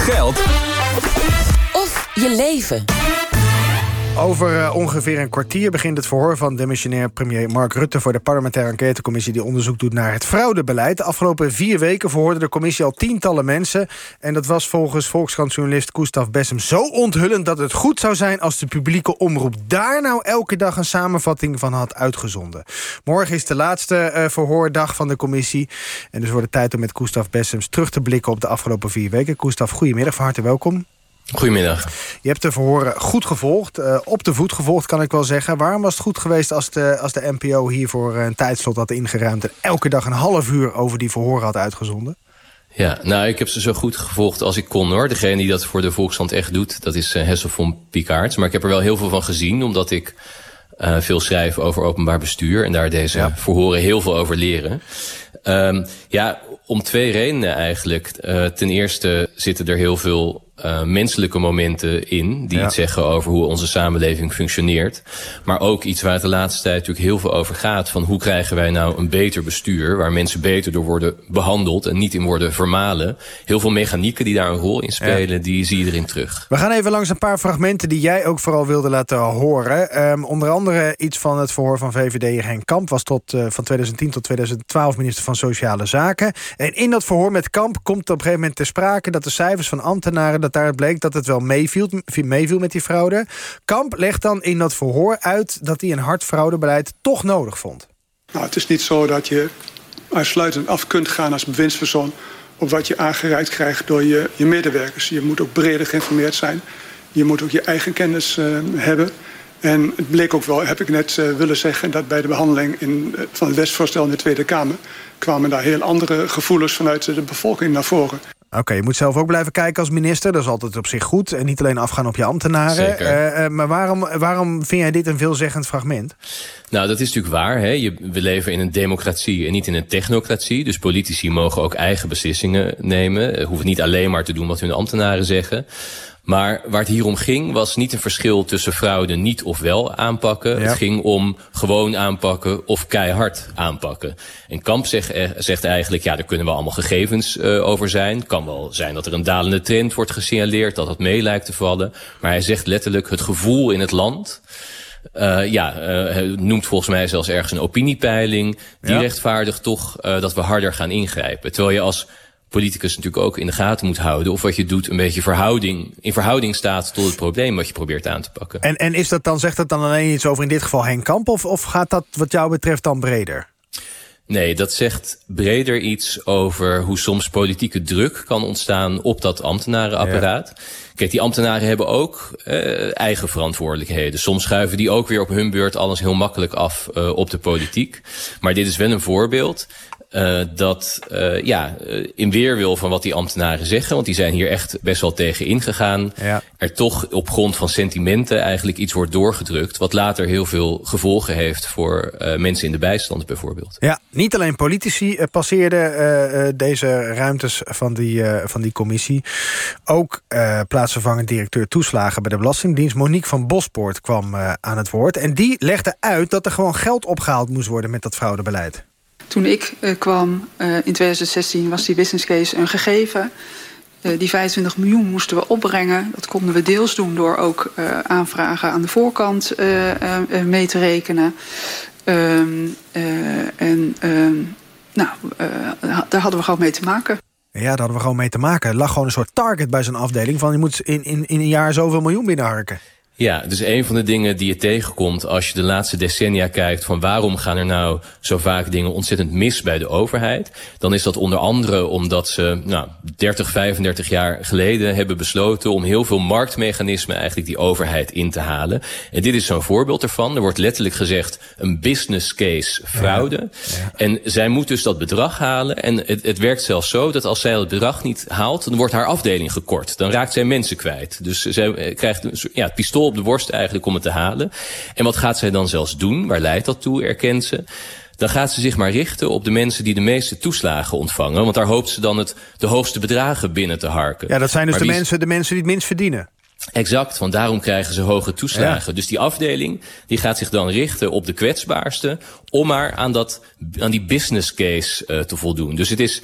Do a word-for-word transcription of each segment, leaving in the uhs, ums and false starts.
geld of je leven. Over uh, ongeveer een kwartier begint het verhoor van demissionair premier Mark Rutte voor de parlementaire enquêtecommissie die onderzoek doet naar het fraudebeleid. De afgelopen vier weken verhoorde de commissie al tientallen mensen. En dat was volgens Volkskrant-journalist Gustav Bessem zo onthullend dat het goed zou zijn als de publieke omroep daar nou elke dag een samenvatting van had uitgezonden. Morgen is de laatste uh, verhoordag van de commissie. En dus wordt het tijd om met Gustav Bessems terug te blikken op de afgelopen vier weken. Gustav, goedemiddag, van harte welkom. Goedemiddag. Je hebt de verhoren goed gevolgd, uh, op de voet gevolgd kan ik wel zeggen. Waarom was het goed geweest als de, als de N P O hiervoor een tijdslot had ingeruimd en elke dag een half uur over die verhoren had uitgezonden? Ja, nou, ik heb ze zo goed gevolgd als ik kon, hoor. Degene die dat voor de Volkskrant echt doet, dat is uh, Hessel von Pickaerts. Maar ik heb er wel heel veel van gezien, omdat ik uh, veel schrijf over openbaar bestuur en daar deze ja. verhoren heel veel over leren. Um, ja, om twee redenen eigenlijk. Uh, ten eerste zitten er heel veel uh, menselijke momenten in die ja. iets zeggen over hoe onze samenleving functioneert. Maar ook iets waar het de laatste tijd natuurlijk heel veel over gaat. Van hoe krijgen wij nou een beter bestuur waar mensen beter door worden behandeld en niet in worden vermalen. Heel veel mechanieken die daar een rol in spelen, ja. die zie je erin terug. We gaan even langs een paar fragmenten die jij ook vooral wilde laten horen. Um, onder andere iets van het verhoor van V V D'er Henk Kamp. Was tot, uh, van tweeduizend tien tot tweeduizend twaalf minister van Sociale Zaken. En in dat verhoor met Kamp komt op een gegeven moment ter sprake dat de cijfers van ambtenaren, dat daar bleek dat het wel meeviel, meeviel met die fraude. Kamp legt dan in dat verhoor uit dat hij een hard fraudebeleid toch nodig vond. Nou, het is niet zo dat je uitsluitend af kunt gaan als bewindspersoon op wat je aangereikt krijgt door je, je medewerkers. Je moet ook breder geïnformeerd zijn. Je moet ook je eigen kennis uh, hebben. En het bleek ook wel, heb ik net uh, willen zeggen, dat bij de behandeling in, uh, van het wetsvoorstel in de Tweede Kamer kwamen daar heel andere gevoelens vanuit de bevolking naar voren. Oké, okay, je moet zelf ook blijven kijken als minister. Dat is altijd op zich goed. En niet alleen afgaan op je ambtenaren. Zeker. Uh, uh, maar waarom, waarom vind jij dit een veelzeggend fragment? Nou, dat is natuurlijk waar. Hè? Je, we leven in een democratie en niet in een technocratie. Dus politici mogen ook eigen beslissingen nemen. Hoeven niet alleen maar te doen wat hun ambtenaren zeggen. Maar waar het hier om ging was niet een verschil tussen fraude niet of wel aanpakken. Ja. Het ging om gewoon aanpakken of keihard aanpakken. En Kamp zegt, zegt eigenlijk, ja, daar kunnen wel allemaal gegevens uh, over zijn. Het kan wel zijn dat er een dalende trend wordt gesignaleerd, dat het mee lijkt te vallen. Maar hij zegt letterlijk het gevoel in het land. Uh, ja, uh, hij noemt volgens mij zelfs ergens een opiniepeiling. Die ja. rechtvaardigt toch uh, dat we harder gaan ingrijpen. Terwijl je als politicus natuurlijk ook in de gaten moet houden of wat je doet een beetje verhouding, in verhouding staat tot het probleem wat je probeert aan te pakken. En, en is dat dan, zegt dat dan alleen iets over in dit geval Henk Kamp of, of gaat dat wat jou betreft dan breder? Nee, dat zegt breder iets over hoe soms politieke druk kan ontstaan op dat ambtenarenapparaat. Ja. Kijk, die ambtenaren hebben ook uh, eigen verantwoordelijkheden. Soms schuiven die ook weer op hun beurt alles heel makkelijk af uh, op de politiek. Maar dit is wel een voorbeeld Uh, dat uh, ja, uh, in weerwil van wat die ambtenaren zeggen, want die zijn hier echt best wel tegen ingegaan, ja. er toch op grond van sentimenten eigenlijk iets wordt doorgedrukt wat later heel veel gevolgen heeft voor uh, mensen in de bijstand bijvoorbeeld. Ja, niet alleen politici uh, passeerden uh, uh, deze ruimtes van die, uh, van die commissie. Ook uh, plaatsvervangend directeur toeslagen bij de Belastingdienst, Monique van Bospoort, kwam uh, aan het woord. En die legde uit dat er gewoon geld opgehaald moest worden met dat fraudebeleid. Toen ik uh, kwam uh, in tweeduizend zestien was die business case een gegeven. Uh, die vijfentwintig miljoen moesten we opbrengen. Dat konden we deels doen door ook uh, aanvragen aan de voorkant uh, uh, mee te rekenen. Uh, uh, en uh, nou, uh, daar hadden we gewoon mee te maken. Ja, daar hadden we gewoon mee te maken. Er lag gewoon een soort target bij zo'n afdeling van je moet in, in, in een jaar zoveel miljoen binnenharken. Ja, dus een van de dingen die je tegenkomt als je de laatste decennia kijkt van waarom gaan er nou zo vaak dingen ontzettend mis bij de overheid, dan is dat onder andere omdat ze nou, dertig, vijfendertig jaar geleden hebben besloten om heel veel marktmechanismen eigenlijk die overheid in te halen. En dit is zo'n voorbeeld ervan. Er wordt letterlijk gezegd een business case fraude. Ja, ja. En zij moet dus dat bedrag halen. En het, het werkt zelfs zo dat als zij het bedrag niet haalt, dan wordt haar afdeling gekort. Dan raakt zij mensen kwijt. Dus zij krijgt een, ja, het pistool op de borst eigenlijk om het te halen. En wat gaat zij dan zelfs doen? Waar leidt dat toe, erkent ze? Dan gaat ze zich maar richten op de mensen die de meeste toeslagen ontvangen. Want daar hoopt ze dan het, de hoogste bedragen binnen te harken. Ja, dat zijn dus maar de, die... mensen, de mensen die het minst verdienen. Exact, want daarom krijgen ze hoge toeslagen. Ja. Dus die afdeling die gaat zich dan richten op de kwetsbaarste om maar aan, dat, aan die business case uh, te voldoen. Dus het is...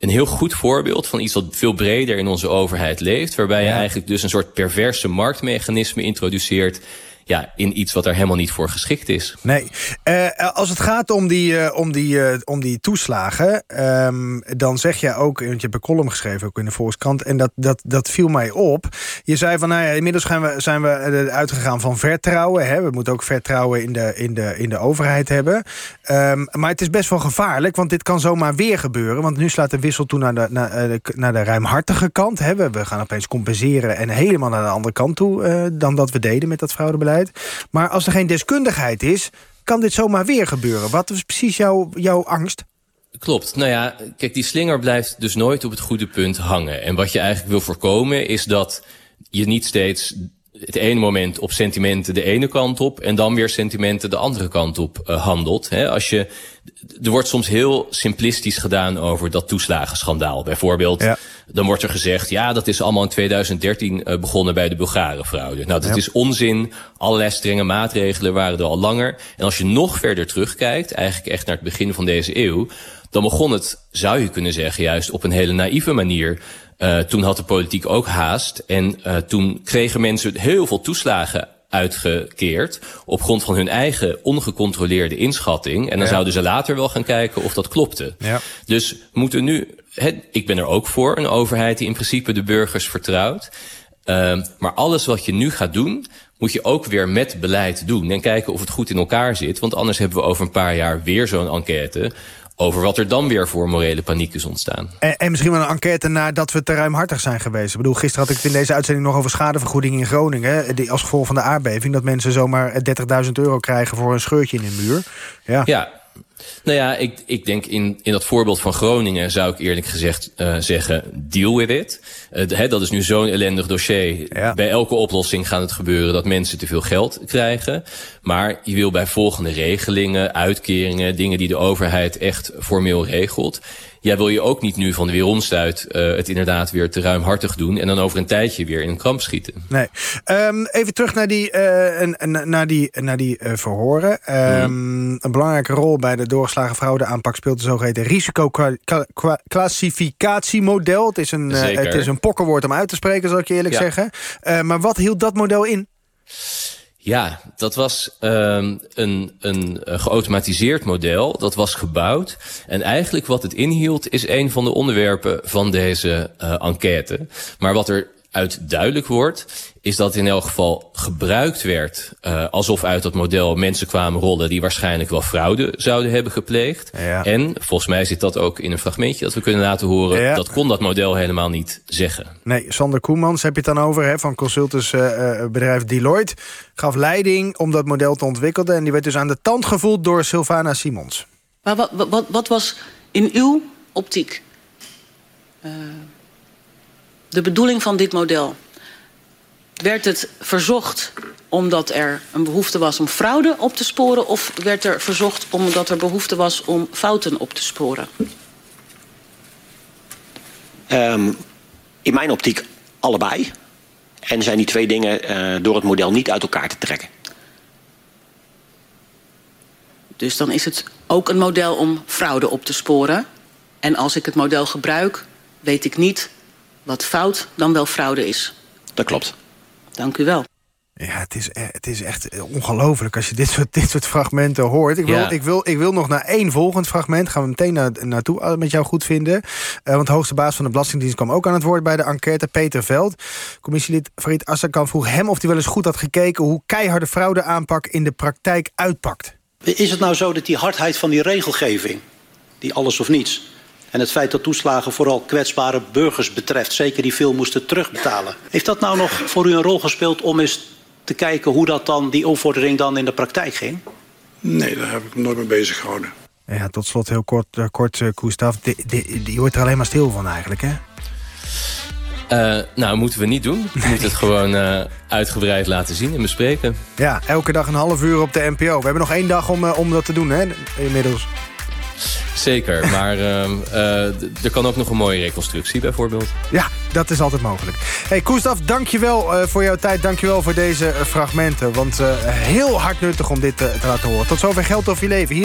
een heel goed voorbeeld van iets wat veel breder in onze overheid leeft, waarbij je ja. eigenlijk dus een soort perverse marktmechanisme introduceert, ja, in iets wat er helemaal niet voor geschikt is. Nee. Uh, als het gaat om die, uh, om die, uh, om die toeslagen, um, dan zeg je ook, want je hebt een column geschreven ook in de Volkskrant, en dat, dat, dat viel mij op. Je zei van, nou ja, inmiddels gaan we, zijn we uitgegaan van vertrouwen. Hè? We moeten ook vertrouwen in de, in de, in de overheid hebben. Um, maar het is best wel gevaarlijk, want dit kan zomaar weer gebeuren. Want nu slaat de wissel toe naar de, naar, uh, naar de ruimhartige kant. Hè? We, we gaan opeens compenseren en helemaal naar de andere kant toe uh, dan dat we deden met dat fraudebeleid. Maar als er geen deskundigheid is, kan dit zomaar weer gebeuren. Wat is precies jouw, jouw angst? Klopt. Nou ja, kijk, die slinger blijft dus nooit op het goede punt hangen. En wat je eigenlijk wil voorkomen is dat je niet steeds het ene moment op sentimenten de ene kant op en dan weer sentimenten de andere kant op uh, handelt. He, als je, er wordt soms heel simplistisch gedaan over dat toeslagenschandaal. Bijvoorbeeld, ja. dan wordt er gezegd, ja, dat is allemaal in tweeduizend dertien uh, begonnen bij de Bulgarenfraude. Nou, dat ja. is onzin. Allerlei strenge maatregelen waren er al langer. En als je nog verder terugkijkt, eigenlijk echt naar het begin van deze eeuw, dan begon het, zou je kunnen zeggen, juist op een hele naïeve manier. Uh, toen had de politiek ook haast en uh, toen kregen mensen heel veel toeslagen uitgekeerd op grond van hun eigen ongecontroleerde inschatting. En dan ja. zouden ze later wel gaan kijken of dat klopte. Ja. Dus we moeten nu, he, ik ben er ook voor, een overheid die in principe de burgers vertrouwt. Uh, maar alles wat je nu gaat doen, moet je ook weer met beleid doen. En kijken of het goed in elkaar zit. Want anders hebben we over een paar jaar weer zo'n enquête over wat er dan weer voor morele paniek is ontstaan. En, en misschien wel een enquête nadat we te ruimhartig zijn geweest. Ik bedoel, gisteren had ik het in deze uitzending nog over schadevergoeding in Groningen. Die, als gevolg van de aardbeving, dat mensen zomaar dertigduizend euro krijgen voor een scheurtje in een muur. Ja. ja. Nou ja, ik, ik denk in, in dat voorbeeld van Groningen zou ik eerlijk gezegd uh, zeggen, deal with it. Uh, he, dat is nu zo'n ellendig dossier. Ja. Bij elke oplossing gaat het gebeuren dat mensen te veel geld krijgen. Maar je wil bij volgende regelingen, uitkeringen, dingen die de overheid echt formeel regelt, ja, wil je ook niet nu van de weeromstuit uh, het inderdaad weer te ruimhartig doen en dan over een tijdje weer in een kramp schieten. Nee. Um, even terug naar die, uh, en, en, naar die, naar die uh, verhoren. Um, hmm. Een belangrijke rol bij de doorgeslagen fraudeaanpak speelt de zogeheten risicoclassificatiemodel. Het is een, uh, het is een pokkenwoord om uit te spreken, zal ik je eerlijk ja. zeggen. Uh, maar wat hield dat model in? Ja, dat was um, een, een geautomatiseerd model. Dat was gebouwd. En eigenlijk wat het inhield is een van de onderwerpen van deze uh, enquête. Maar wat er uit duidelijk wordt, is dat in elk geval gebruikt werd uh, alsof uit dat model mensen kwamen rollen die waarschijnlijk wel fraude zouden hebben gepleegd. Ja. En volgens mij zit dat ook in een fragmentje dat we kunnen laten horen. Ja. Dat kon dat model helemaal niet zeggen. Nee, Sander Koemans heb je het dan over, hè, van consultantsbedrijf uh, Deloitte. Gaf leiding om dat model te ontwikkelen. En die werd dus aan de tand gevoeld door Sylvana Simons. Maar wat, wat, wat was in uw optiek Uh... de bedoeling van dit model? Werd het verzocht omdat er een behoefte was om fraude op te sporen, of werd er verzocht omdat er behoefte was om fouten op te sporen? Um, in mijn optiek allebei. En zijn die twee dingen uh, door het model niet uit elkaar te trekken. Dus dan is het ook een model om fraude op te sporen. En als ik het model gebruik, weet ik niet wat fout dan wel fraude is. Dat klopt. Dank u wel. Ja, het is, het is echt ongelooflijk als je dit soort, dit soort fragmenten hoort. Ik wil, ja. ik, wil, ik wil nog naar één volgend fragment. Gaan we meteen naar, naartoe met jou goed vinden. Uh, want de hoogste baas van de Belastingdienst kwam ook aan het woord bij de enquête. Peter Veld, commissielid Farid Azarkan, vroeg hem of hij wel eens goed had gekeken hoe keiharde fraudeaanpak in de praktijk uitpakt. Is het nou zo dat die hardheid van die regelgeving, die alles of niets, en het feit dat toeslagen vooral kwetsbare burgers betreft, zeker die veel moesten terugbetalen, heeft dat nou nog voor u een rol gespeeld om eens te kijken hoe dat dan, die opvordering dan in de praktijk ging? Nee, daar heb ik me nooit mee bezig gehouden. Ja, tot slot heel kort, uh, kort uh, Koestaf. Je hoort er alleen maar stil van eigenlijk, hè? Uh, nou, moeten we niet doen. We moeten het gewoon uh, uitgebreid laten zien en bespreken. Ja, elke dag een half uur op de N P O. We hebben nog één dag om, uh, om dat te doen, hè? Inmiddels. Zeker, maar uh, uh, er kan ook nog een mooie reconstructie bijvoorbeeld. Ja, dat is altijd mogelijk. Hey Koestaf, dankjewel uh, voor jouw tijd. Dankjewel voor deze uh, fragmenten. Want uh, heel hard nuttig om dit uh, te laten horen. Tot zover Geld of je leven. Hier